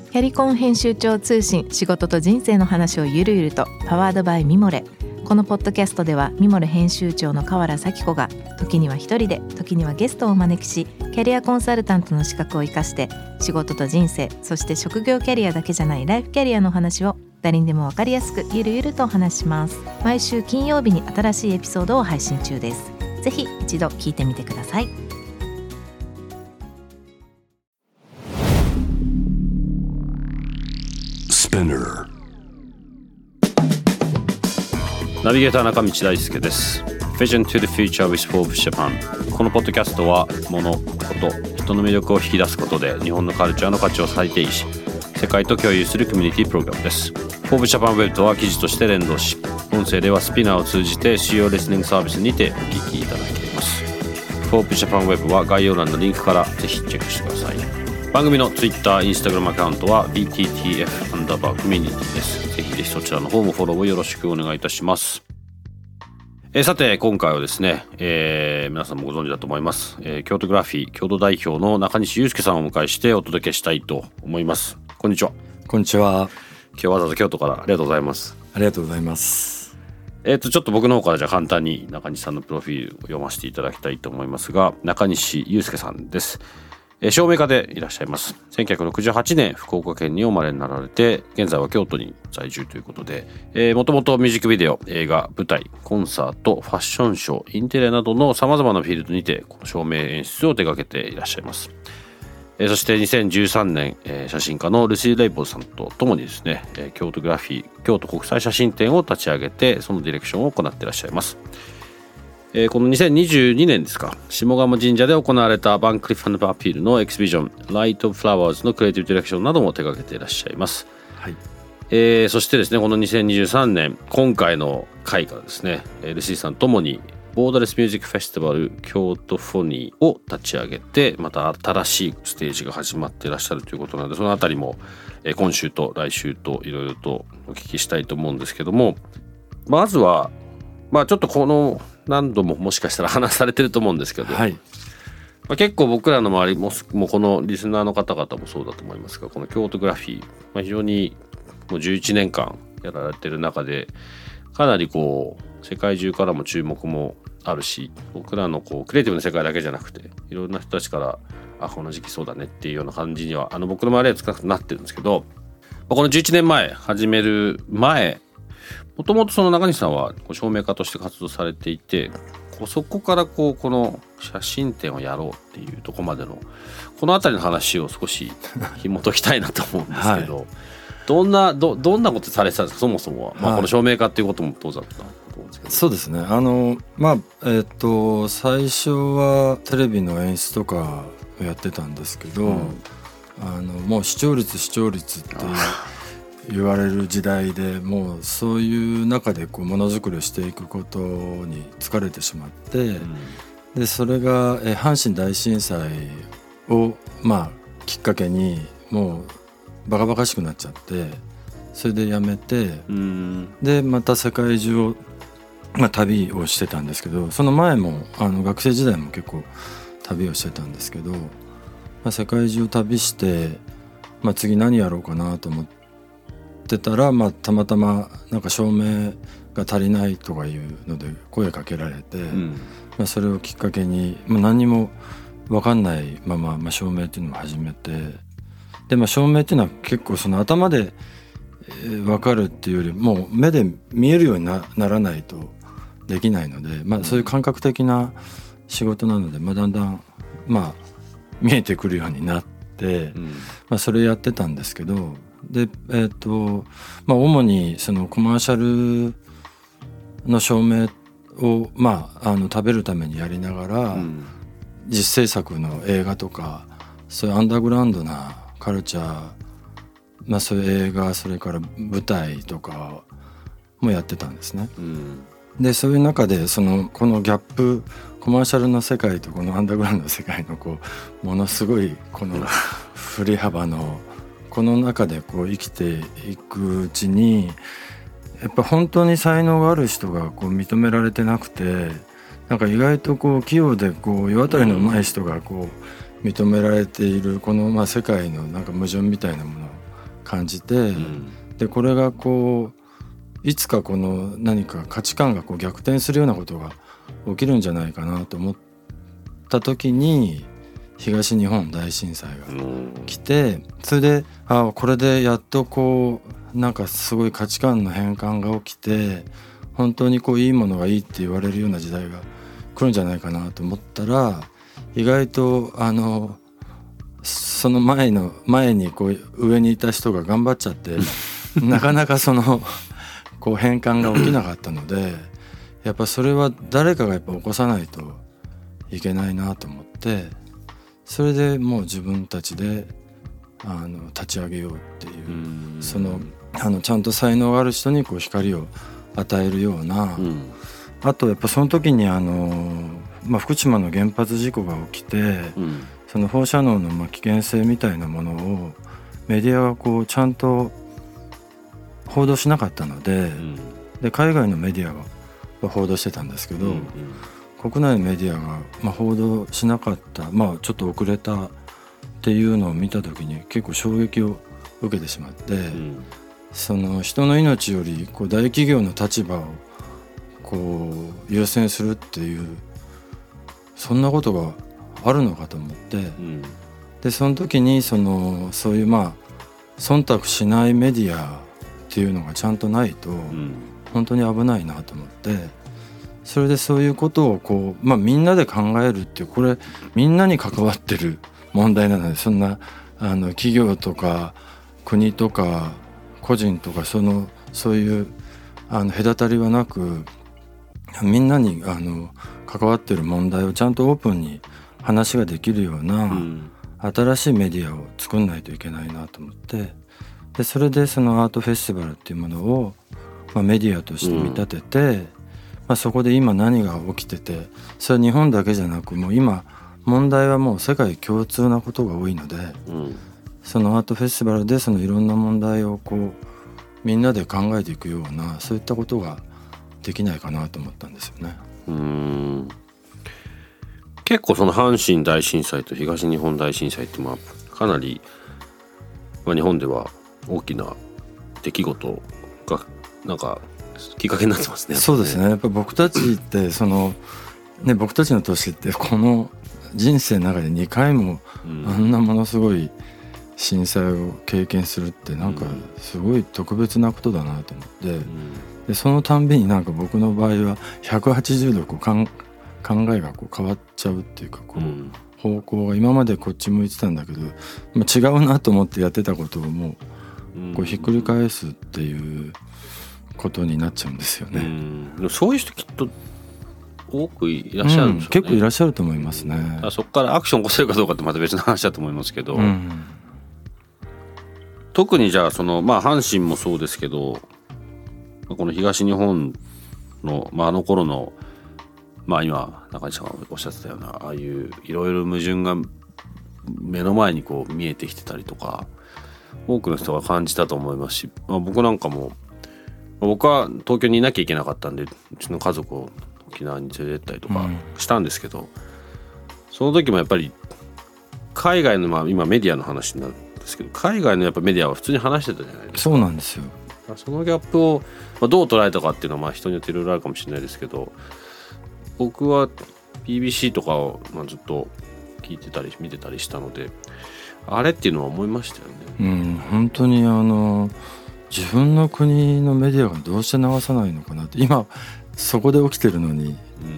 キャリコン編集長通信、仕事と人生の話をゆるゆると、パワードバイミモレ。このポッドキャストではミモレ編集長の河原咲子が時には一人で、時にはゲストをお招きし、キャリアコンサルタントの資格を生かして仕事と人生、そして職業キャリアだけじゃないライフキャリアの話を誰にでも分かりやすくゆるゆるとお話します。毎週金曜日に新しいエピソードを配信中です。ぜひ一度聞いてみてください。 ナビゲーター中道大輔です。 Vision to the Future with Forbes Japan。 このポッドキャストは物、こと、人の魅力を引き出すことで日本のカルチャーの価値を再定義し、世界と共有するコミュニティプログラムです。 Forbes Japan Web とは記事として連動し、音声ではスピナーを通じて主要リスニングサービスにてお聞きいただいています。 Forbes Japan Web は概要欄のリンクからぜひチェックしてください。番組の Twitter、Instagram アカウントは BTTF_community です。ぜひそちらの方もフォローをよろしくお願いいたします。さて今回はですね、皆さんもご存知だと思います、京都グラフィー京都代表の中西祐介さんをお迎えしてお届けしたいと思います。こんにちは。 こんにちは。 今日わざわざ京都からありがとうございます。 ありがとうございます。 ちょっと僕の方からじゃあ簡単に中西さんのプロフィールを読ませていただきたいと思いますが、中西祐介さんです。照明家でいらっしゃいます。1968年福岡県にお生まれになられて、現在は京都に在住ということで、もともとミュージックビデオ、映画、舞台、コンサート、ファッションショー、インテリアなどの様々なフィールドにてこの照明演出を手掛けていらっしゃいます。そして2013年、写真家のルシー・レイボーさんと共にですね、京都グラフィー京都国際写真展を立ち上げて、そのディレクションを行っていらっしゃいます。この2022年ですか、下鴨神社で行われたバンクリフ・バーピールのエキシビジョン Light of Flowers のクリエイティブディレクションなども手掛けていらっしゃいます。 はい。 そしてですね、この2023年今回の回からですね、ルシーさんともにボーダレスミュージックフェスティバル京都フォニーを立ち上げて、また新しいステージが始まっていらっしゃるということなので、そのあたりも今週と来週といろいろとお聞きしたいと思うんですけども、まずはちょっとこの何度ももしかしたら話されてると思うんですけど、 はい。 結構僕らの周りもうこのリスナーの方々もそうだと思いますが、この京都グラフィー、非常にもう11年間やられてる中で、かなりこう世界中からも注目もあるし、僕らのこうクリエイティブな世界だけじゃなくて、いろんな人たちからこの時期そうだねっていうような感じには僕の周りは少なくなってるんですけど、この11年前始める前、もともとその中西さんは照明家として活動されていて、そこからこの写真展をやろうっていうところまでのこのあたりの話を少し紐解きたいなと思うんですけど、はい、どんなことされてたんですか、そもそもは。この照明家っていうことも当然だったと思うんですけど。 そうですね。最初はテレビの演出とかをやってたんですけど、もう視聴率って言われる時代で、もうそういう中でものづくりをしていくことに疲れてしまって、でそれが阪神大震災をきっかけにもうバカバカしくなっちゃって、それでやめて、でまた世界中を、旅をしてたんですけど、その前も学生時代も結構旅をしてたんですけど、世界中旅して、次何やろうかなと思ってたら、たまたまなんか照明が足りないとかいうので声かけられて、それをきっかけに、何にも分かんないまま、照明っていうのを始めて、で、照明っていうのは結構その頭で分かるっていうよりも目で見えるように ならないとできないので、そういう感覚的な仕事なので、だんだん見えてくるようになって、それやってたんですけど、で主にそのコマーシャルの照明を食べるためにやりながら、実制作の映画とかそういうアンダーグラウンドなカルチャー、そういう映画、それから舞台とかもやってたんですね。でそういう中でこのギャップ、コマーシャルの世界とこのアンダーグラウンドの世界のものすごいこの振り幅のこの中で生きていくうちに、やっぱ本当に才能がある人が認められてなくて、なんか意外と器用で世渡りの上手い人が認められているこの世界のなんか矛盾みたいなもの感じて、でこれがこういつかこの何か価値観がこう逆転するようなことが起きるんじゃないかなと思った時に東日本大震災が来て、それでこれでやっとこうなんかすごい価値観の変換が起きて本当にこういいものがいいって言われるような時代が来るんじゃないかなと思ったら、意外とその前にこう上にいた人が頑張っちゃってなかなかそのこう変換が起きなかったので、やっぱそれは誰かがやっぱ起こさないといけないなと思って、それでもう自分たちで立ち上げようっていう、そのちゃんと才能がある人にこう光を与えるような、あとやっぱその時に福島の原発事故が起きて、その放射能の危険性みたいなものをメディアがこうちゃんと報道しなかったので、で海外のメディアが報道してたんですけど、国内のメディアが報道しなかった、ちょっと遅れたっていうのを見た時に結構衝撃を受けてしまって、その人の命よりこう大企業の立場をこう優先するっていう、そんなことがあるのかと思って、でその時にそういう忖度しないメディアっていうのがちゃんとないと本当に危ないなと思って、それでそういうことをこう、みんなで考えるっていう、これみんなに関わってる問題なので、そんな企業とか国とか個人とかそういう隔たりはなく、みんなに関わってる問題をちゃんとオープンに話ができるような新しいメディアを作んないといけないなと思って、でそれでそのアートフェスティバルっていうものを、メディアとして見立てて、そこで今何が起きてて、それは日本だけじゃなく、もう今問題はもう世界共通なことが多いので、そのアートフェスティバルでそのいろんな問題をこうみんなで考えていくような、そういったことができないかなと思ったんですよね。 結構その阪神大震災と東日本大震災ってかなり、日本では大きな出来事がなんかきっかけになってますね。 そうですね。やっぱ僕たちって僕たちの年ってこの人生の中で2回もあんなものすごい震災を経験するってなんかすごい特別なことだなと思って、でそのたんびになんか僕の場合は180度こう考えがこう変わっちゃうっていうか、こう方向が今までこっち向いてたんだけど、違うなと思ってやってたことをもうこうひっくり返すっていうことになっちゃうんですよね。 そういう人きっと多くいらっしゃるんでしょうね。 結構いらっしゃると思いますね。 そこからアクション起こせるかどうかってまた別の話だと思いますけど、特にじゃあ阪神もそうですけど、この東日本の、あの頃の今中西さんがおっしゃってたようなああいういろいろ矛盾が目の前にこう見えてきてたりとか、多くの人が感じたと思いますし、僕なんかも、僕は東京にいなきゃいけなかったんで、うちの家族を沖縄に連れてったりとかしたんですけど、その時もやっぱり海外の、今メディアの話になるんですけど、海外のやっぱメディアは普通に話してたじゃないですか。 そうなんですよ。 そのギャップをどう捉えたかっていうのは人によっていろいろあるかもしれないですけど、僕は BBC とかをずっと聞いてたり見てたりしたので、あれっていうのは思いましたよね。 本当に自分の国のメディアがどうして流さないのかなって、今そこで起きてるのに、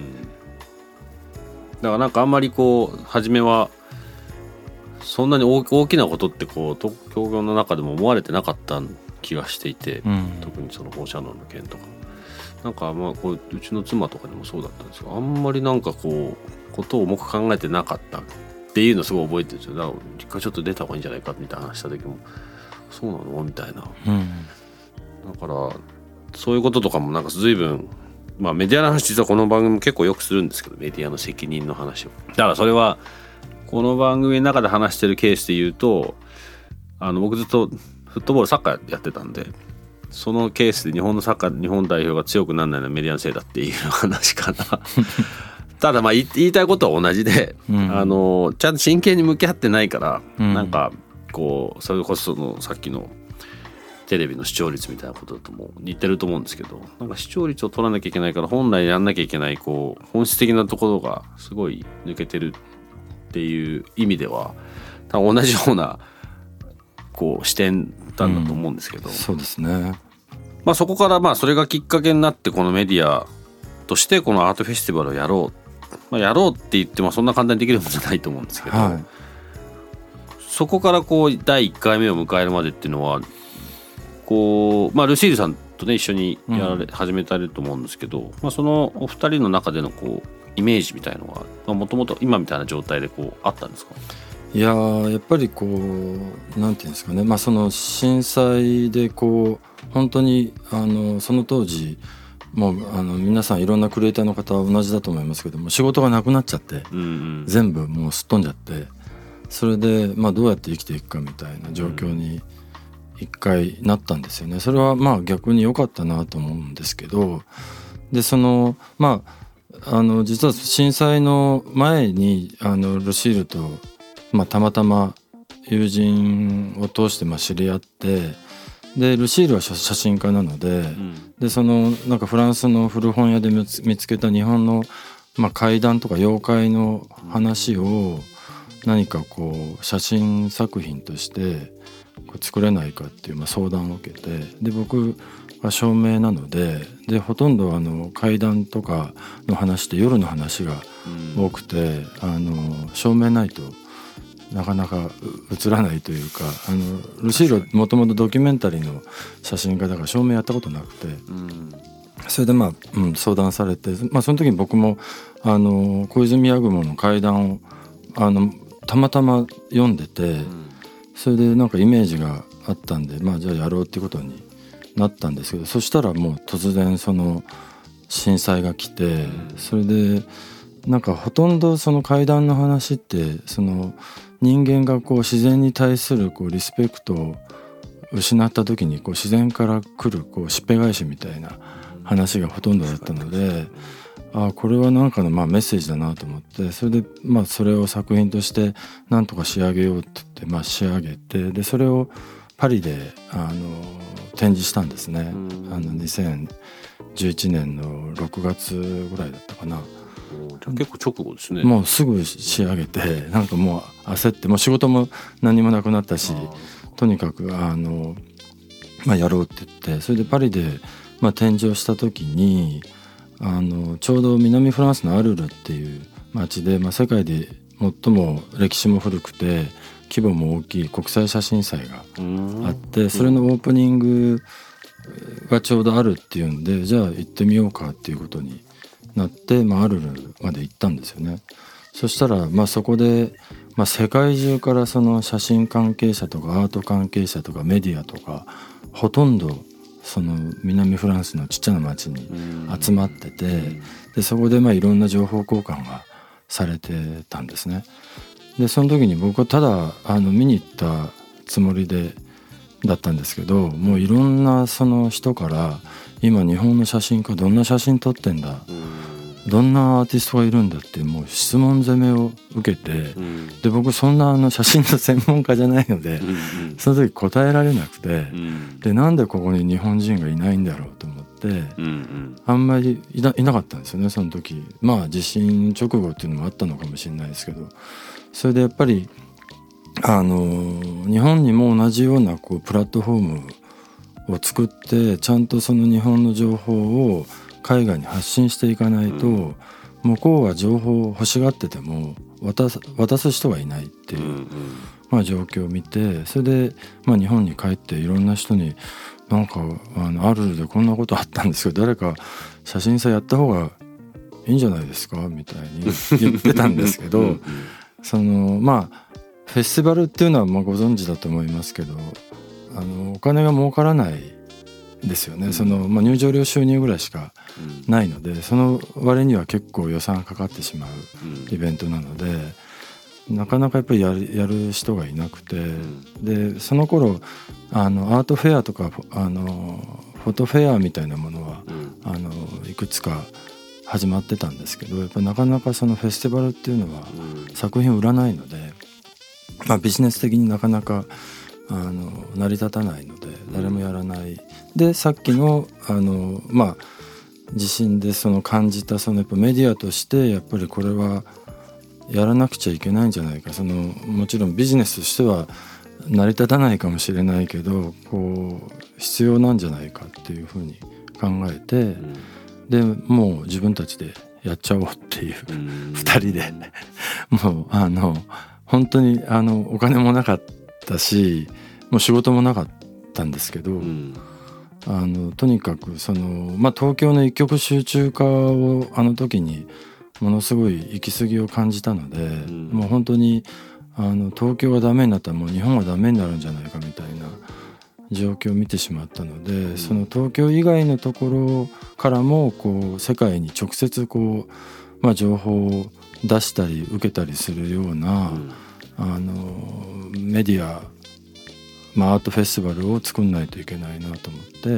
だからなんかあんまりこう初めはそんなに大きなことってこう東京の中でも思われてなかった気がしていて、特にその放射能の件とか、なんかこううちの妻とかでもそうだったんですよ。あんまりなんかこうことを重く考えてなかったっていうのをすごい覚えてるんですよ。だから一回ちょっと出た方がいいんじゃないかみたいな話した時も、そうなのみたいな、だからそういうこととかもなんか随分、メディアの話実はこの番組結構よくするんですけど、メディアの責任の話を。だからそれはこの番組の中で話してるケースで言うと、僕ずっとフットボールサッカーやってたんで、そのケースで日本のサッカー日本代表が強くならないのはメディアのせいだっていう話かなただ言いたいことは同じで、ちゃんと真剣に向き合ってないから、なんかこうそれこそさっきのテレビの視聴率みたいなことだとも似てると思うんですけど、なんか視聴率を取らなきゃいけないから本来やんなきゃいけないこう本質的なところがすごい抜けてるっていう意味では多分同じようなこう視点なんだと思うんですけど、 そうですね。 まあそこからまあそれがきっかけになってこのメディアとしてこのアートフェスティバルをやろう、まあ、やろうって言ってもそんな簡単にできるものじゃないと思うんですけど、 はい、 そこからこう第1回目を迎えるまでっていうのはこう、まあ、ルシールさんとね一緒に始めたいと思うんですけど、まあ、そのお二人の中でのこうイメージみたいのはもともと今みたいな状態でこうあったんですか？ いややっぱりこうなんていうんですかね、まあ、その震災でこう本当にその当時もう皆さんいろんなクリエイターの方は同じだと思いますけども仕事がなくなっちゃって、全部もうすっ飛んじゃって、それでまあどうやって生きていくかみたいな状況に一回なったんですよね。それはまあ逆に良かったなと思うんですけど、でまあ実は震災の前にルシールと、まあ、たまたま友人を通してまあ知り合って、でルシールは写真家なので、でなんかフランスの古本屋で見つけた日本の、まあ、怪談とか妖怪の話を何かこう写真作品として作れないかっていうまあ相談を受けて、で僕は照明なので、ほとんど怪談とかの話って夜の話が多くて、照明ないとなかなか映らないというか、ルシールはもともとドキュメンタリーの写真家だから照明やったことなくて、それでまあ、相談されて、まあ、その時に僕も小泉八雲の怪談をたまたま読んでて、それでなんかイメージがあったんで、まあじゃあやろうっていうことになったんですけど、そしたらもう突然その震災が来て、それでなんかほとんどその怪談の話ってその人間がこう自然に対するこうリスペクトを失った時にこう自然から来るこうしっぺ返しみたいな話がほとんどだったので、これは何かのまあメッセージだなと思って、それでまあそれを作品としてなんとか仕上げようって言ってまあ仕上げて、でそれをパリで展示したんですね。2011年の6月ぐらいだったかな。 結構直後ですね。 もうすぐ仕上げて、なんかもう焦って、もう仕事も何もなくなったし、とにかくまあ、やろうって言って、それでパリでまあ展示をした時にちょうど南フランスのアルルっていう町で、まあ、世界で最も歴史も古くて規模も大きい国際写真祭があって、それのオープニングがちょうどあるっていうんで、じゃあ行ってみようかっていうことになって、まあ、アルルまで行ったんですよね。そしたら、まあ、そこで、まあ、世界中からその写真関係者とかアート関係者とかメディアとかほとんどその南フランスのちっちゃな町に集まってて、でそこでまあいろんな情報交換がされてたんですね。でその時に僕はただ見に行ったつもりだったんですけど、もういろんなその人から今日本の写真家どんな写真撮ってんだ、どんなアーティストがいるんだってもう質問攻めを受けて、で僕そんな写真の専門家じゃないので、その時答えられなくて、でなんでここに日本人がいないんだろうと思って、あんまりいなかったんですよねその時。まあ地震直後っていうのもあったのかもしれないですけど、それでやっぱり日本にも同じようなこうプラットフォームを作って、ちゃんとその日本の情報を海外に発信していかないと、向こうは情報を欲しがってても渡す人がいないっていう、まあ、状況を見て、それで、まあ、日本に帰っていろんな人になんかアルルでこんなことあったんですけど誰か写真祭やった方がいいんじゃないですかみたいに言ってたんですけどまあフェスティバルっていうのはまあご存知だと思いますけどお金が儲からないですよね。まあ、入場料収入ぐらいしかないので、その割には結構予算かかってしまうイベントなので、なかなかやっぱりやる人がいなくて、でその頃アートフェアとかフォトフェアみたいなものはいくつか始まってたんですけど、やっぱなかなかそのフェスティバルっていうのは作品を売らないので、まあ、ビジネス的になかなか成り立たないので誰もやらない、でさっきの地震でその感じたやっぱメディアとしてやっぱりこれはやらなくちゃいけないんじゃないか、もちろんビジネスとしては成り立たないかもしれないけど必要なんじゃないかっていうふうに考えて、でもう自分たちでやっちゃおうっていう2人でもう本当にお金もなかったしもう仕事もなかったんですけど、とにかく東京の一極集中化を時にものすごい行き過ぎを感じたので、もう本当に東京がダメになったらもう日本がダメになるんじゃないかみたいな状況を見てしまったので、その東京以外のところからも世界に直接情報を出したり受けたりするような、メディア、アートフェスティバルを作んないといけないなと思って、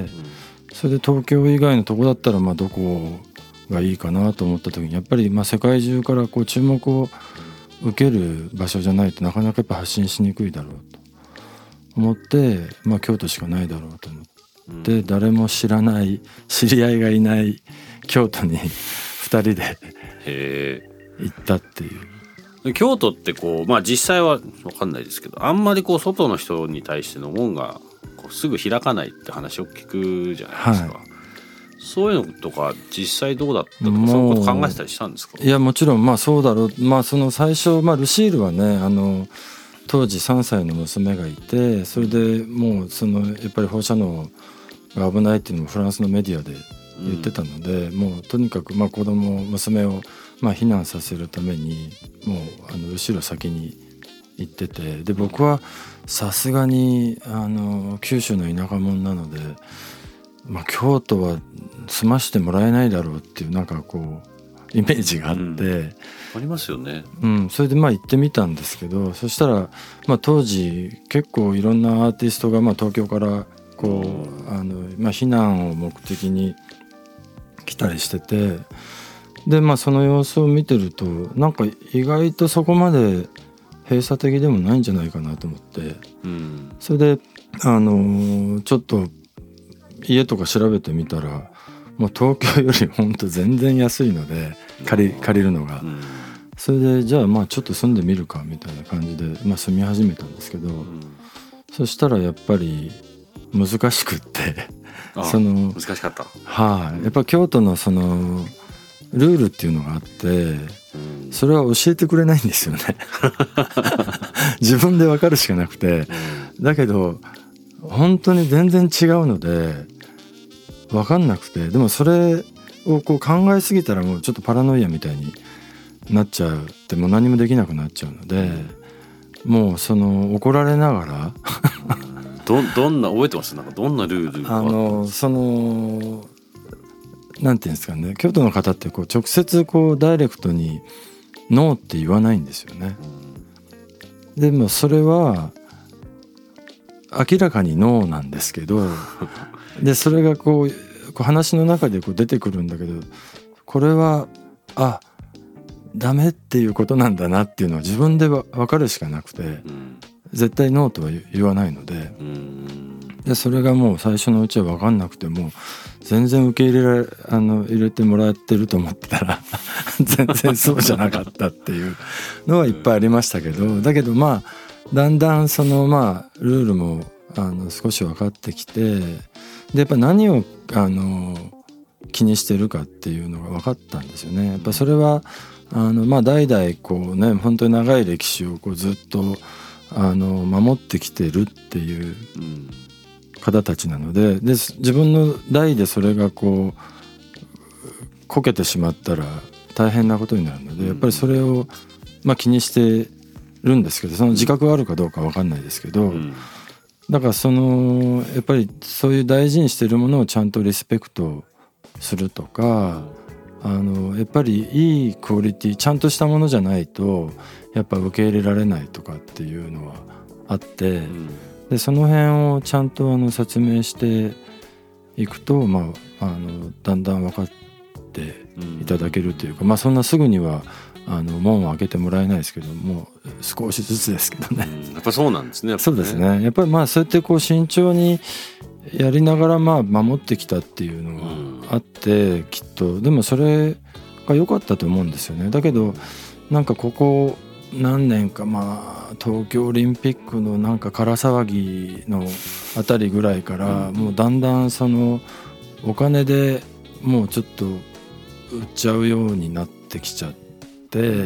それで東京以外のとこだったらどこがいいかなと思った時にやっぱり世界中から注目を受ける場所じゃないとなかなかやっぱ発信しにくいだろうと思って、京都しかないだろうと思って、誰も知らない知り合いがいない京都に2人で行ったっていう。 京都って実際は分かんないですけどあんまり外の人に対しての門がすぐ開かないって話を聞くじゃないですか、そういうのとか実際どうだったとかそういうこと考えてたりしたんですか？ いやもちろんそうだろう、最初、ルシールはね当時3歳の娘がいて、それでもうやっぱり放射能が危ないっていうのもフランスのメディアで言ってたので、もうとにかく娘を避難させるためにもう後ろ先に行ってて、で僕はさすがに九州の田舎者なので、京都は住ましてもらえないだろうっていうイメージがあって、 ありますよね。 それで行ってみたんですけど、そしたら当時結構いろんなアーティストが東京から避難を目的に来たりしてて、でその様子を見てると意外とそこまで閉鎖的でもないんじゃないかなと思って、それでちょっと家とか調べてみたらもう東京より本当全然安いので借りるのが、それでじゃあちょっと住んでみるかみたいな感じで住み始めたんですけど、そしたらやっぱり難しくって難しかった。 やっぱ京都のルールっていうのがあって、それは教えてくれないんですよね自分で分かるしかなくて、だけど本当に全然違うので分かんなくて、でもそれを考えすぎたらもうちょっとパラノイアみたいになっちゃうってもう何もできなくなっちゃうので、もう怒られながらどんな覚えてます？どんなルールがなんていうんですかね、京都の方って直接ダイレクトにノーって言わないんですよね。でもそれは明らかにノーなんですけどでそれが話の中で出てくるんだけど、これはダメっていうことなんだなっていうのは自分で分かるしかなくて、絶対ノーとは言わないので、でそれがもう最初のうちは分かんなくても全然受け入れてもらってると思ってたら全然そうじゃなかったっていうのはいっぱいありましたけど、だけどだんだんルールも少し分かってきて、でやっぱ何を気にしてるかっていうのが分かったんですよね。やっぱそれは代々本当に長い歴史をずっと守ってきてるっていう方たちなので、自分の代でそれがこけてしまったら大変なことになるので、やっぱりそれを気にしてるんですけど、その自覚があるかどうか分かんないですけど、だからやっぱりそういう大事にしてるものをちゃんとリスペクトするとか、やっぱりいいクオリティちゃんとしたものじゃないとやっぱ受け入れられないとかっていうのはあって、でその辺をちゃんと説明していくと、だんだん分かっていただけるというか、そんなすぐには門を開けてもらえないですけども、少しずつですけどね、 やっぱそうなんですね。 そうですね。やっぱりそうやってこう慎重にやりながら守ってきたっていうのがあって、きっとでもそれが良かったと思うんですよね。だけどなんかここ何年か東京オリンピックのなんか空騒ぎのあたりぐらいからもうだんだんそのお金でもうちょっと売っちゃうようになってきちゃって、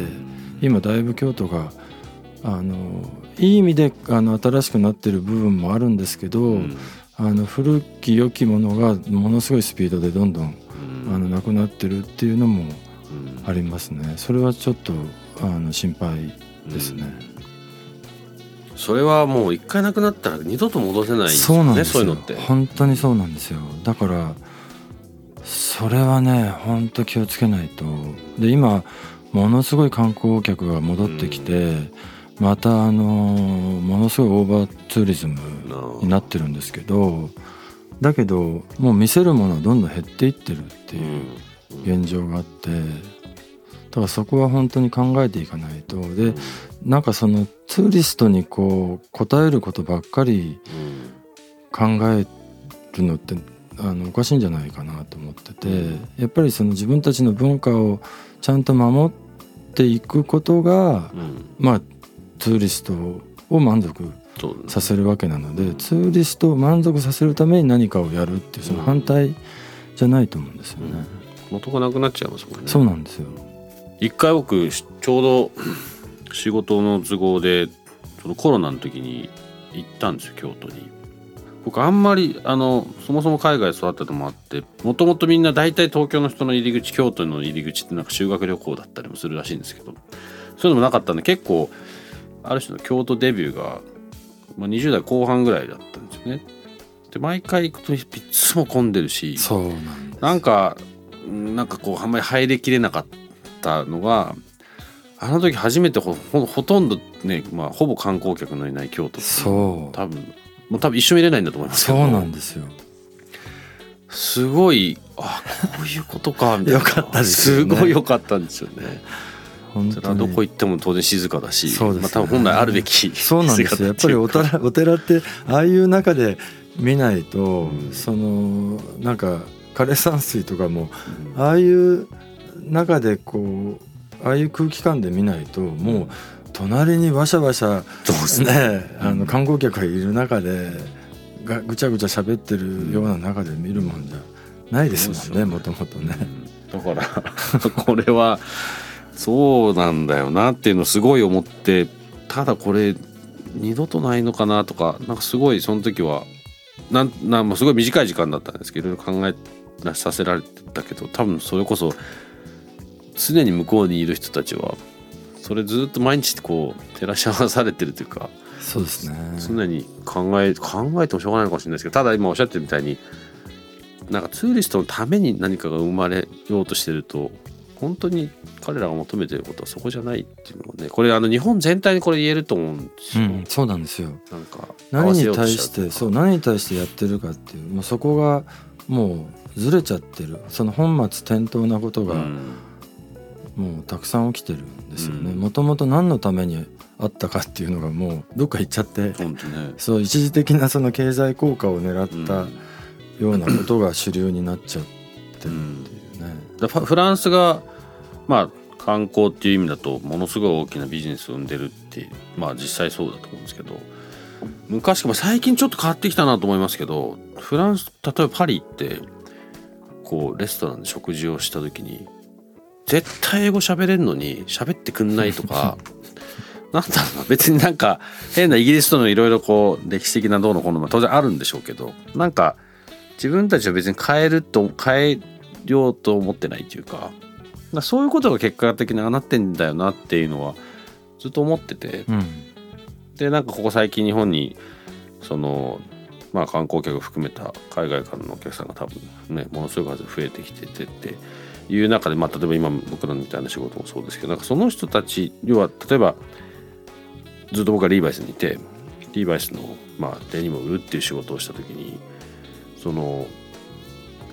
今だいぶ京都がいい意味で新しくなってる部分もあるんですけど、古き良きものがものすごいスピードでどんどんなくなってるっていうのもありますね。それはちょっと心配ですね。 それはもう一回なくなったら二度と戻せないですよね。そうなんですよ。 そういうのって本当にそうなんですよ。だからそれはね本当気をつけないと。で今ものすごい観光客が戻ってきて、またものすごいオーバーツーリズムになってるんですけど、だけどもう見せるものはどんどん減っていってるっていう現状があって、だからそこは本当に考えていかないと。でなんかそのツーリストにこう答えることばっかり考えるのっておかしいんじゃないかなと思ってて、やっぱりその自分たちの文化をちゃんと守っていくことが、ツーリストを満足させるわけなので、ツーリストを満足させるために何かをやるっていうその反対じゃないと思うんですよね。 元がなくなっちゃいますもんね。 そうなんですよ。 一回僕ちょうど仕事の都合でそのコロナの時に行ったんですよ、京都に。僕あんまりそもそも海外育ったのもあって、もともとみんな大体東京の人の入り口、京都の入り口ってなんか修学旅行だったりもするらしいんですけど、そういうのもなかったんで、結構ある種の京都デビューが、20代後半ぐらいだったんですよね。で毎回行くといつも混んでるし、 そうなんです。 なんかこうあんまり入りきれなかったのが、あの時初めて ほとんどね、ほぼ観光客のいない京都って、 そう多分一生見れないんだと思いますけど。 そうなんですよ。 すごいこういうことかみたいな。 よかったですよね。 すごい良かったんですよね。 本当にそれはどこ行っても当然静かだし、 そうですね。 多分本来あるべきそうなんですよ。やっぱりお寺ってああいう中で見ないと、そのなんか枯山水とかも、ああいう中でこうああいう空気感で見ないと、もう隣にワシャワシャ観光客がいる中でぐちゃぐちゃ喋ってるような中で見るもんじゃないですもんね、もともとね。 だからこれはそうなんだよなっていうのをすごい思って、ただこれ二度とないのかなとか、なんかすごいその時はすごい短い時間だったんですけど、いろいろ考えさせられてたけど、多分それこそ常に向こうにいる人たちはそれずっと毎日こう照らし合わされてるというか、 そうですね。 常に考えてもしょうがないのかもしれないですけど、ただ今おっしゃってるみたいに、なんかツーリストのために何かが生まれようとしてると、本当に彼らが求めてることはそこじゃないっていうのをね、これ日本全体にこれ言えると思うんですよ。 そうなんですよ。 なんか何に対してやってるかっていう、もうそこがもうずれちゃってる、その本末転倒なことがもうたくさん起きてるんですよね。もともと何のためにあったかっていうのがもうどっか行っちゃって、そう一時的なその経済効果を狙ったようなことが主流になっちゃってるっていうね。 フランスが観光っていう意味だとものすごい大きなビジネスを生んでるって実際そうだと思うんですけど、昔から最近ちょっと変わってきたなと思いますけど、フランス、例えばパリ行ってこうレストランで食事をした時に絶対英語喋れるのに喋ってくんないとかなんだろうな、別になんか変なイギリスとのいろいろこう歴史的などうのこうのも当然あるんでしょうけど、なんか自分たちは別に変えようと思ってないというか、そういうことが結果的になってんだよなっていうのはずっと思ってて、でなんかここ最近日本にその観光客を含めた海外からのお客さんが多分ねものすごい数増えてきててっていう中で、例えば今僕らみたいな仕事もそうですけど、なんかその人たち、要は例えばずっと僕がリーバイスにいて、リーバイスのデニムを売るっていう仕事をした時に、その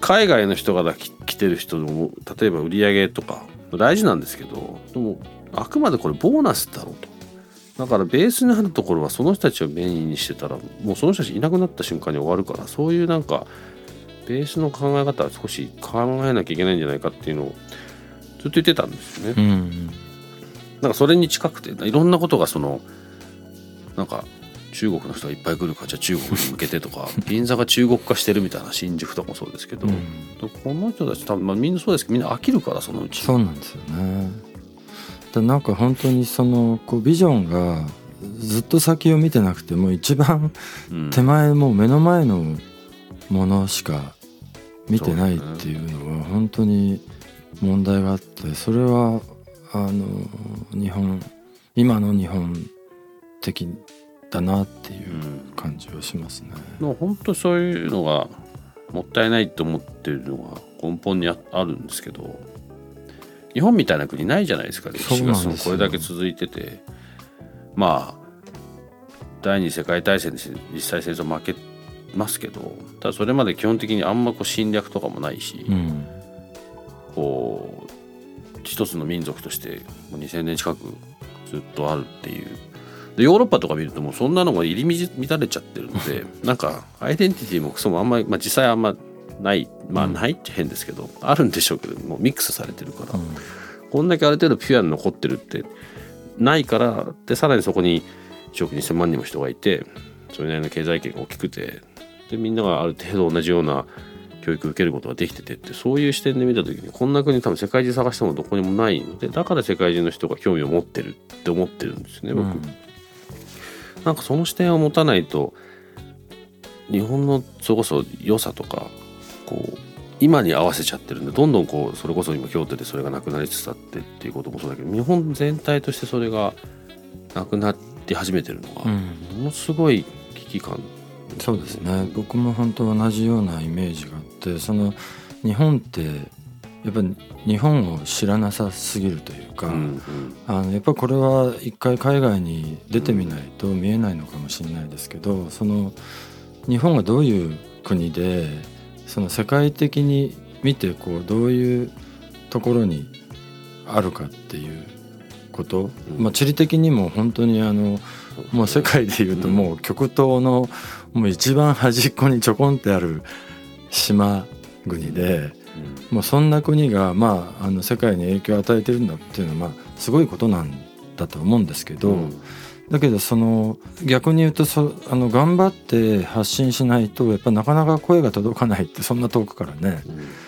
海外の人が来てる人でも例えば売り上げとか大事なんですけど、でもあくまでこれボーナスだろうと。だからベースにあるところはその人たちをメインにしてたらもうその人たちいなくなった瞬間に終わるから、そういうなんかベースの考え方は少し考えなきゃいけないんじゃないかっていうのをずっと言ってたんですよね。なんかそれに近くていろんなことがそのなんか中国の人がいっぱい来るからじゃあ中国に向けてとか銀座が中国化してるみたいな、新宿とかもそうですけど、この人たち多分、みんなそうですけどみんな飽きるからそのうち。 そうなんですよね。なんか本当にそのこうビジョンがずっと先を見てなくても一番手前、もう目の前のものしか見てないっていうのは本当に問題があって、それは今の日本的だなっていう感じはしますね。 本当そういうのがもったいないと思ってるのが根本にあるんですけど、日本みたいな国ないじゃないですか。歴史がこれだけ続いてて、まあ第二次世界大戦で実際戦争負けますけど、ただそれまで基本的にあんまこう侵略とかもないし、こう一つの民族としてもう2000年近くずっとあるっていう。でヨーロッパとか見るともうそんなのが入り乱れちゃってるのでなんかアイデンティティもクソもあんまり、実際あんまない、ないって変ですけど、あるんでしょうけどもうミックスされてるから、こんだけある程度ピュアに残ってるってないから。でさらにそこに1億2000万人も人がいて、それなりの経済圏が大きくて、でみんながある程度同じような教育を受けることができててって、そういう視点で見た時にこんな国多分世界中探してもどこにもないので、だから世界中の人が興味を持ってるって思ってるんですね僕。なんかその視点を持たないと日本のそれこそ良さとかこう今に合わせちゃってるんで、どんどんこうそれこそ今京都でそれがなくなりつつあってっていうこともそうだけど、日本全体としてそれがなくなって始めてるのがものすごい危機感。 そうですね。僕も本当同じようなイメージがあって、その日本ってやっぱり日本を知らなさすぎるというか、やっぱりこれは一回海外に出てみないと見えないのかもしれないですけど、その日本がどういう国でその世界的に見てこうどういうところにあるかっていうこと、地理的にも本当にもう世界でいうともう極東のもう一番端っこにちょこんってある島国で、もうそんな国が世界に影響を与えてるんだっていうのはすごいことなんだと思うんですけど、だけどその逆に言うと頑張って発信しないとやっぱなかなか声が届かないって、そんな遠くからね、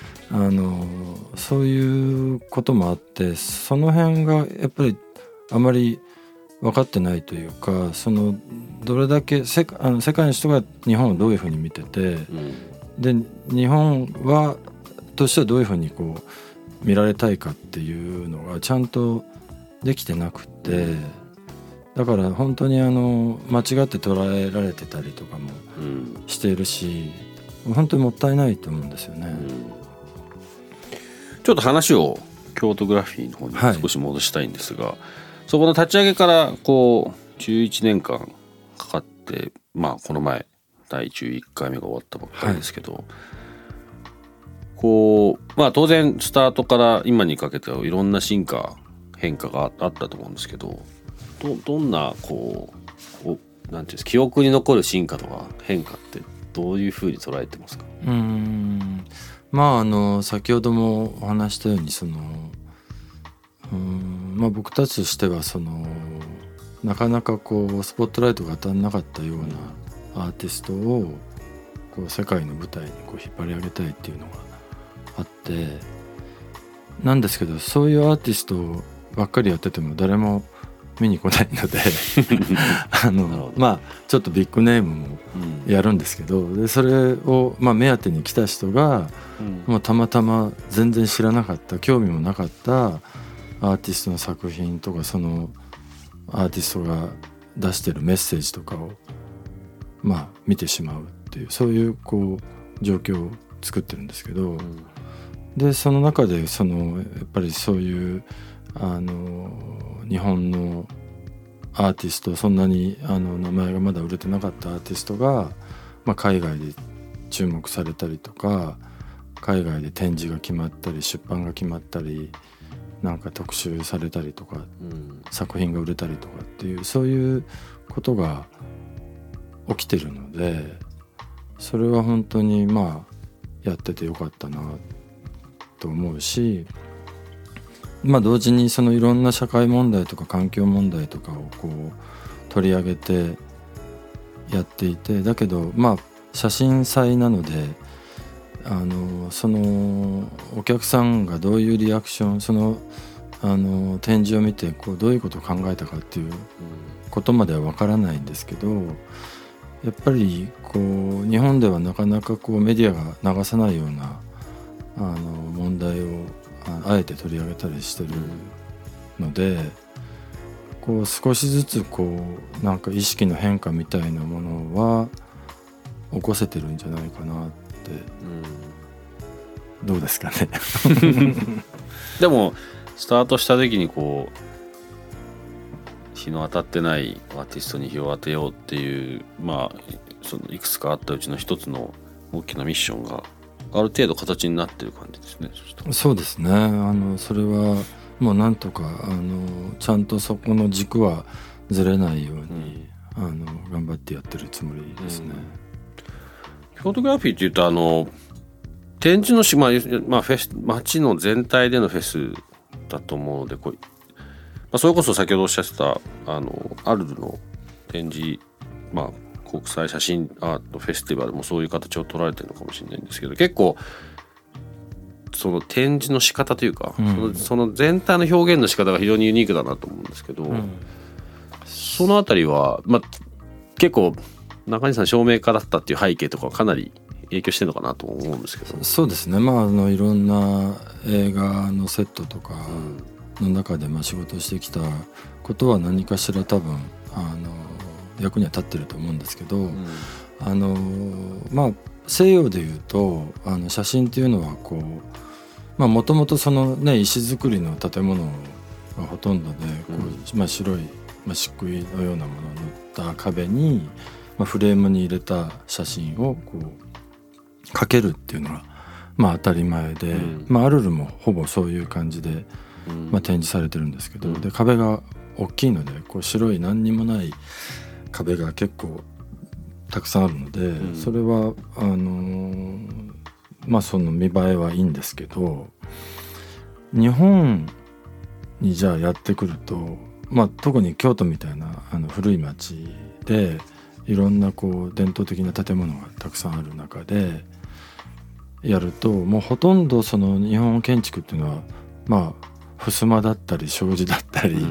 そういうこともあって、その辺がやっぱりあまり分かってないというか、そのどれだけ世界の人が日本をどういうふうに見てて、で日本としてはどういうふうにこう見られたいかっていうのがちゃんとできてなくて、だから本当に間違って捉えられてたりとかもしているし、本当にもったいないと思うんですよね。 ちょっと話を京都グラフィーの方に少し戻したいんですが、そこの立ち上げからこう11年間かかって、この前第11回目が終わったばっかりですけど、こう当然スタートから今にかけてはいろんな進化変化があったと思うんですけど、どんなこうなんていうんですか、記憶に残る進化とか変化ってどういうふうに捉えてますか？ 先ほどもお話したように僕たちとしてはなかなかこうスポットライトが当たらなかったようなアーティストをこう世界の舞台にこう引っ張り上げたいっていうのがあってなんですけど、そういうアーティストばっかりやってても誰も見に来ないのでちょっとビッグネームもやるんですけど、でそれを目当てに来た人が、たまたま全然知らなかった、興味もなかったアーティストの作品とか、そのアーティストが出してるメッセージとかを見てしまうっていう、そういうこう状況を作ってるんですけど、でその中でやっぱりそういう日本のアーティスト、そんなに名前がまだ売れてなかったアーティストが、海外で注目されたりとか、 海外で展示が決まったり出版が決まったりなんか特集されたりとか、作品が売れたりとかっていうそういうことが起きてるので、それは本当にまあやっててよかったなと思うし、まあ同時にそのいろんな社会問題とか環境問題とかをこう取り上げてやっていて、だけどまあ写真祭なのでそのお客さんがどういうリアクション、その展示を見てこうどういうことを考えたかっていうことまではわからないんですけど、やっぱりこう日本ではなかなかこうメディアが流さないような問題をあえて取り上げたりしてるので、こう少しずつこうなんか意識の変化みたいなものは起こせてるんじゃないかなって、どうですかねでもスタートした時にこう日の当たってないアーティストに日を当てようっていうまあそのいくつかあったうちの一つの大きなミッションがある程度形になってる感じですね。 そうですね。それはもうなんとかちゃんとそこの軸はずれないように、頑張ってやってるつもりですね。 フォトグラフィーっていうと展示のフェス街の全体でのフェスだと思うのでそれこそ先ほどおっしゃってたアルルの展示、国際写真アートフェスティバルもそういう形を取られてるのかもしれないんですけど、結構その展示の仕方というか、その全体の表現の仕方が非常にユニークだなと思うんですけど、そのあたりは、結構中西さん照明家だったっていう背景とかはかなり影響してるのかなと思うんですけど。 そうですね。いろんな映画のセットとかの中で仕事してきたことは何かしら多分役には立ってると思うんですけど、西洋でいうと写真っていうのはこうもともとそのね石造りの建物がほとんどで白い漆喰のようなものを塗った壁に、フレームに入れた写真をこうかけるっていうのが当たり前で、アルルもほぼそういう感じで、展示されてるんですけど、で壁が大きいのでこう白い何にもない壁が結構たくさんあるので、それはその見栄えはいいんですけど、日本にじゃあやってくると、特に京都みたいな古い町でいろんなこう伝統的な建物がたくさんある中でやると、もうほとんどその日本建築っていうのは襖だったり障子だったり、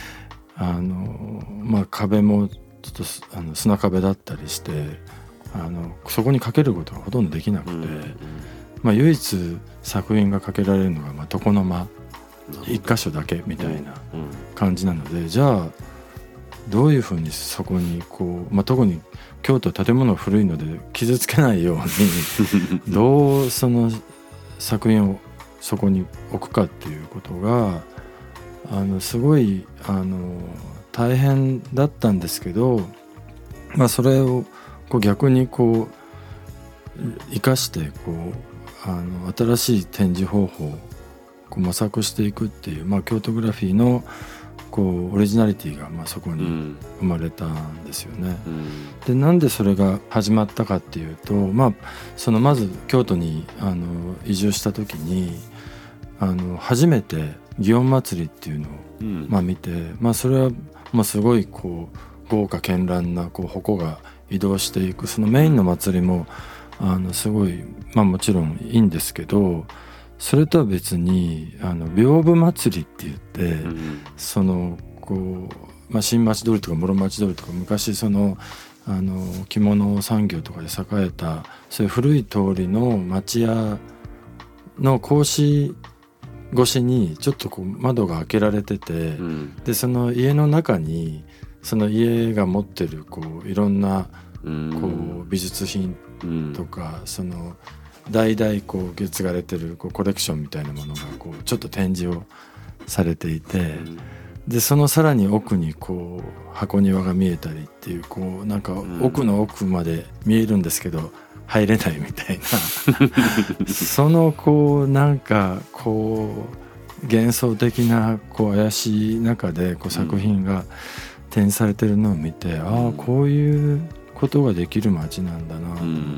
壁もちょっと砂壁だったりしてそこにかけることがほとんどできなくて、唯一作品がかけられるのが床の間一箇所だけみたいな感じなので、じゃあどういうふうにそこにこう、特に京都建物が古いので傷つけないようにどうその作品をそこに置くかっていうことがすごい大変だったんですけど、それをこう逆にこう生かしてこう新しい展示方法をこう模索していくっていう、京都グラフィーのこうオリジナリティがそこに生まれたんですよね。でなんでそれが始まったかっていうと、まず京都に移住した時に初めて祇園祭っていうのを見て、それはすごいこう豪華絢爛なこう鉾が移動していくそのメインの祭りもすごいもちろんいいんですけど、それとは別に屏風祭りって言って、そのこう、新町通りとか室町通りとか昔その着物産業とかで栄えたそういう古い通りの町屋の格子越しにちょっとこう窓が開けられてて、でその家の中にその家が持ってるこういろんなこう美術品とか、その代々こう受け継がれてるこうコレクションみたいなものがこうちょっと展示をされていて、でそのさらに奥にこう箱庭が見えたりっていう、こうなんか奥の奥まで見えるんですけど入れないみたいなそのこうなんかこう幻想的なこう怪しい中でこう作品が展示されてるのを見て、ああこういうことができる街なんだなと思って、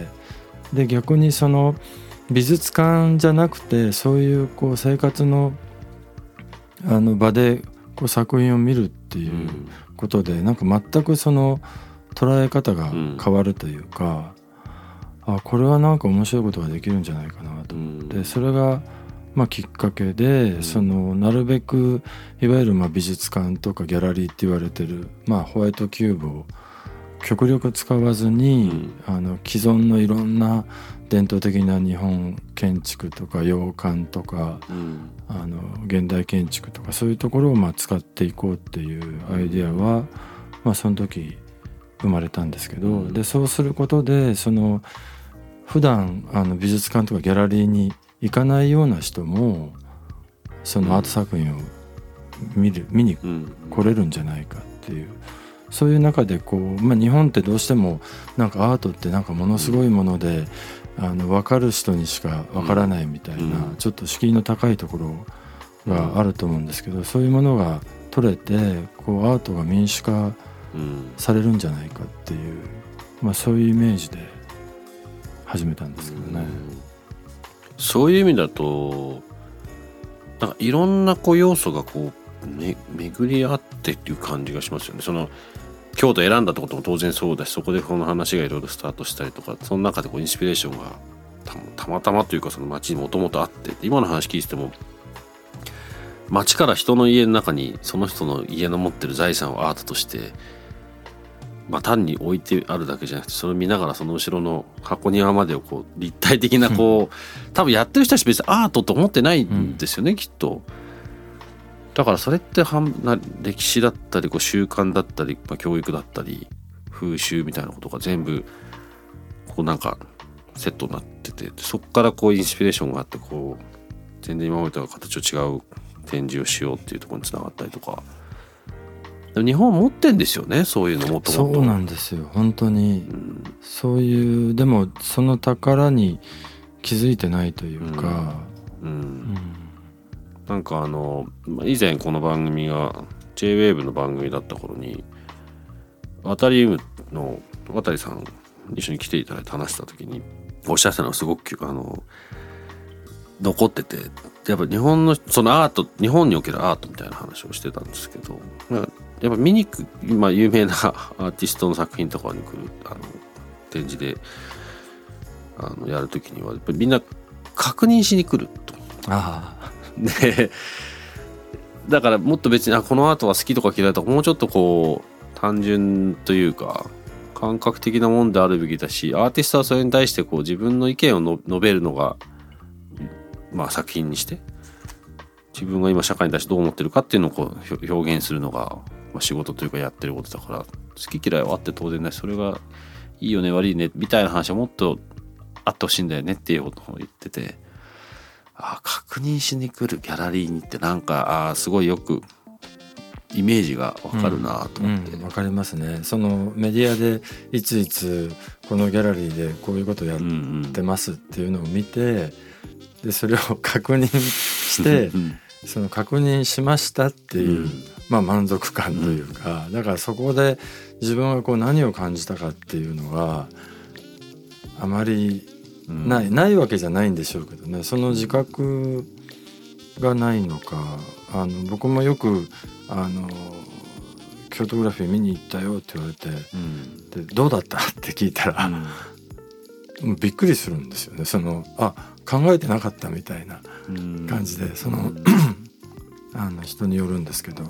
で逆にその美術館じゃなくてそういうこう生活の場でこう作品を見るっていうことでなんか全くその捉え方が変わるというか、あこれはなんか面白いことができるんじゃないかなと思って、それがまあきっかけで、そのなるべくいわゆるまあ美術館とかギャラリーって言われてるまあホワイトキューブを極力使わずに、既存のいろんな伝統的な日本建築とか洋館とか、現代建築とかそういうところをまあ使っていこうっていうアイデアは、まあ、その時生まれたんですけど、でそうすることでその普段美術館とかギャラリーに行かないような人もそのアート作品を見に来れるんじゃないかっていう、そういう中でこう、まあ、日本ってどうしてもなんかアートってなんかものすごいもので、分かる人にしか分からないみたいな、ちょっと敷居の高いところがあると思うんですけど、そういうものが取れてこうアートが民主化されるんじゃないかっていう、まあ、そういうイメージで始めたんですけどね。 そういう意味だとなんかいろんなこう要素がこう巡り合ってっていう感じがしますよね。その京都選んだってことも当然そうだし、そこでこの話がいろいろスタートしたりとか、その中でこうインスピレーションがたまたまというかその町にもともとあって、今の話聞いてても町から人の家の中にその人の家の持ってる財産をアートとして、まあ、単に置いてあるだけじゃなくて、それを見ながらその後ろの箱庭までをこう立体的なこう多分やってる人たち別にアートと思ってないんですよね、きっと。だからそれって歴史だったりこう習慣だったり、まあ、教育だったり風習みたいなことが全部こうなんかセットになってて、そこからこうインスピレーションがあってこう全然今までとは形を違う展示をしようっていうところにつながったりとか。日本持ってんですよね、そういうのもともと。 そうなんですよ本当に、そういうでもその宝に気づいてないというか、 なんか以前この番組が J-WAVE の番組だった頃にワタリウムの渡さん一緒に来ていただいて話した時におっしゃってたのがすごく残ってて、やっぱ日本のそのアート、日本におけるアートみたいな話をしてたんですけど、やっぱ見に行く今有名なアーティストの作品とかに来る展示でやるときにはやっぱりみんな確認しに来ると。でだからもっと別にこのアートは好きとか嫌いとかもうちょっとこう単純というか感覚的なもんであるべきだし、アーティストはそれに対してこう自分の意見を述べるのが、まあ、作品にして自分が今社会に対してどう思ってるかっていうのをこう表現するのが、まあ、仕事というかやってることだから、好き嫌いはあって当然だし、それがいいよね悪いねみたいな話はもっとあってほしいんだよねっていうことを言ってて、確認しに来るギャラリーにってなんかすごいよくイメージがわかるなと思って。 わかりますね。そのメディアでいついつこのギャラリーでこういうことやってますっていうのを見て、でそれを確認してその確認しましたっていう、まあ、満足感というか、だからそこで自分がこう何を感じたかっていうのはあまりないわけじゃないんでしょうけどね、その自覚がないのか。僕もよく京都グラフィー見に行ったよって言われて、でどうだったって聞いたら、びっくりするんですよね。考えてなかったみたいな感じで、人によるんですけど、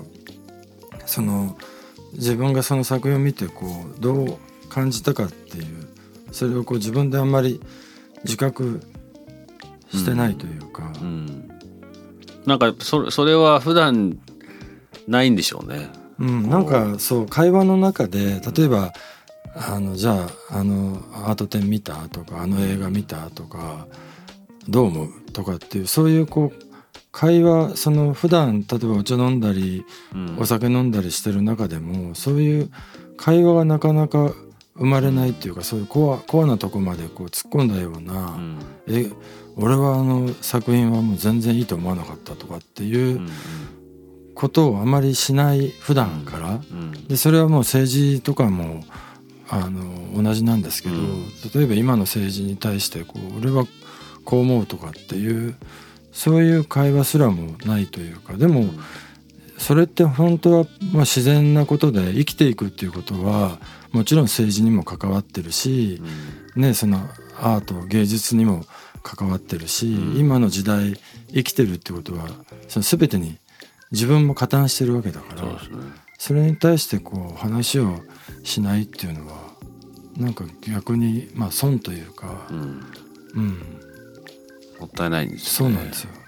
自分がその作品を見てこうどう感じたかっていう、それをこう自分であんまり自覚してないというか、 なんかそれは普段ないんでしょうね。 なんかそう会話の中で例えばじゃあアート展見たとか映画見たとかどう思うとかっていう、そういうこう会話、普段例えばお茶飲んだり、お酒飲んだりしてる中でもそういう会話がなかなか生まれないっていうか、そういうコアなとこまでこう突っ込んだような、俺は作品はもう全然いいと思わなかったとかっていうことをあまりしない普段から、でそれはもう政治とかも同じなんですけど、例えば今の政治に対して俺はこう思うとかっていうそういう会話すらもないというか、でもそれって本当は自然なことで、生きていくっていうことはもちろん政治にも関わってるし、そのアート芸術にも関わってるし、今の時代生きてるってことはその全てに自分も加担してるわけだから、それに対して話をしないっていうのはなんか逆に損というか、 もったいないんですよね。 そうなんですよ。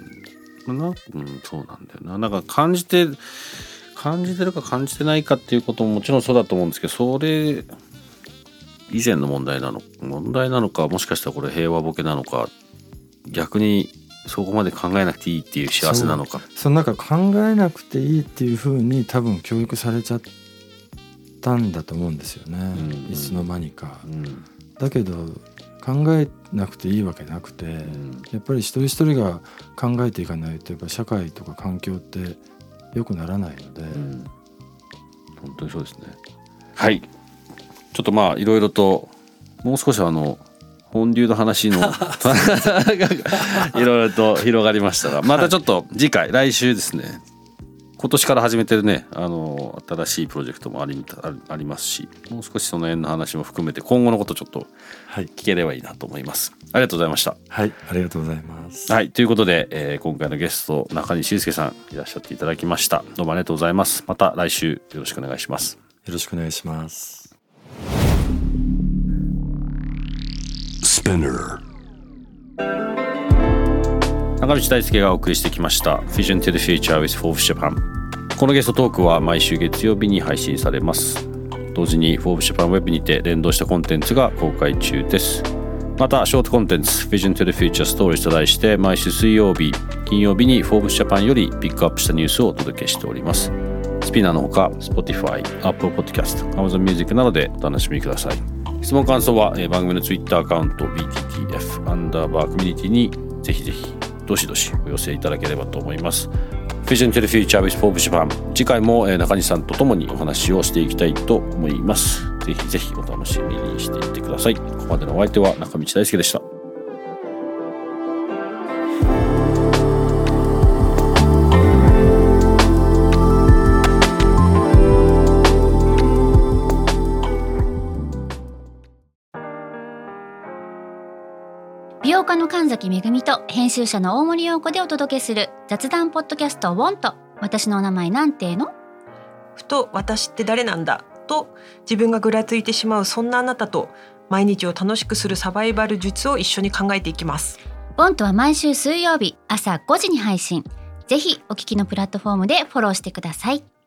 そうなんだよな。なんか感じてるか感じてないかっていうことももちろんそうだと思うんですけど、それ以前の問題なのか、もしかしたらこれ平和ボケなのか、逆にそこまで考えなくていいっていう幸せなのか。 そうなんか考えなくていいっていう風に多分教育されちゃったんだと思うんですよね、いつの間にか、だけど考えなくていいわけなくて、やっぱり一人一人が考えていかないとやっぱ社会とか環境って良くならないので、 本当にそうですね。はい、ちょっといろいろともう少し本流の話のいろいろと広がりましたが、またちょっと次回来週ですね、今年から始めてるね新しいプロジェクトもありますし、もう少しその辺の話も含めて今後のことちょっと聞ければいいなと思います。ありがとうございました。 はい、ありがとうございます。 はい、ということで、今回のゲスト中西祐介さんいらっしゃっていただきました。どうもありがとうございます。また来週よろしくお願いします。 よろしくお願いします。 中道大輔がお送りしてきました Vision to the Future with Forbes Japan。 このゲストトークは毎週月曜日に配信されます。同時に Forbes Japan Web にて連動したコンテンツが公開中です。またショートコンテンツ Vision to the Future Stories と題して毎週水曜日金曜日に Forbes Japan よりピックアップしたニュースをお届けしております。スピナーのほか Spotify、Apple Podcast、Amazon Music などでお楽しみください。質問感想は番組の Twitter アカウント BTTF_community にぜひぜひどしどしお寄せいただければと思います。 Vision to the Future with Forbes Japan、 次回も中西さんと共にお話をしていきたいと思います。ぜひぜひお楽しみにしていってください。ここまでのお相手は中道大輔でした。 美容家の神崎めぐみと編集者の大森洋子でお届けする雑談ポッドキャストWANT。私のお名前なんての？ ふと私って誰なんだと自分がぐらついてしまう、そんなあなたと毎日を楽しくするサバイバル術を一緒に考えていきます。 WANTは毎週水曜日朝5時に配信。ぜひお聞きのプラットフォームでフォローしてください。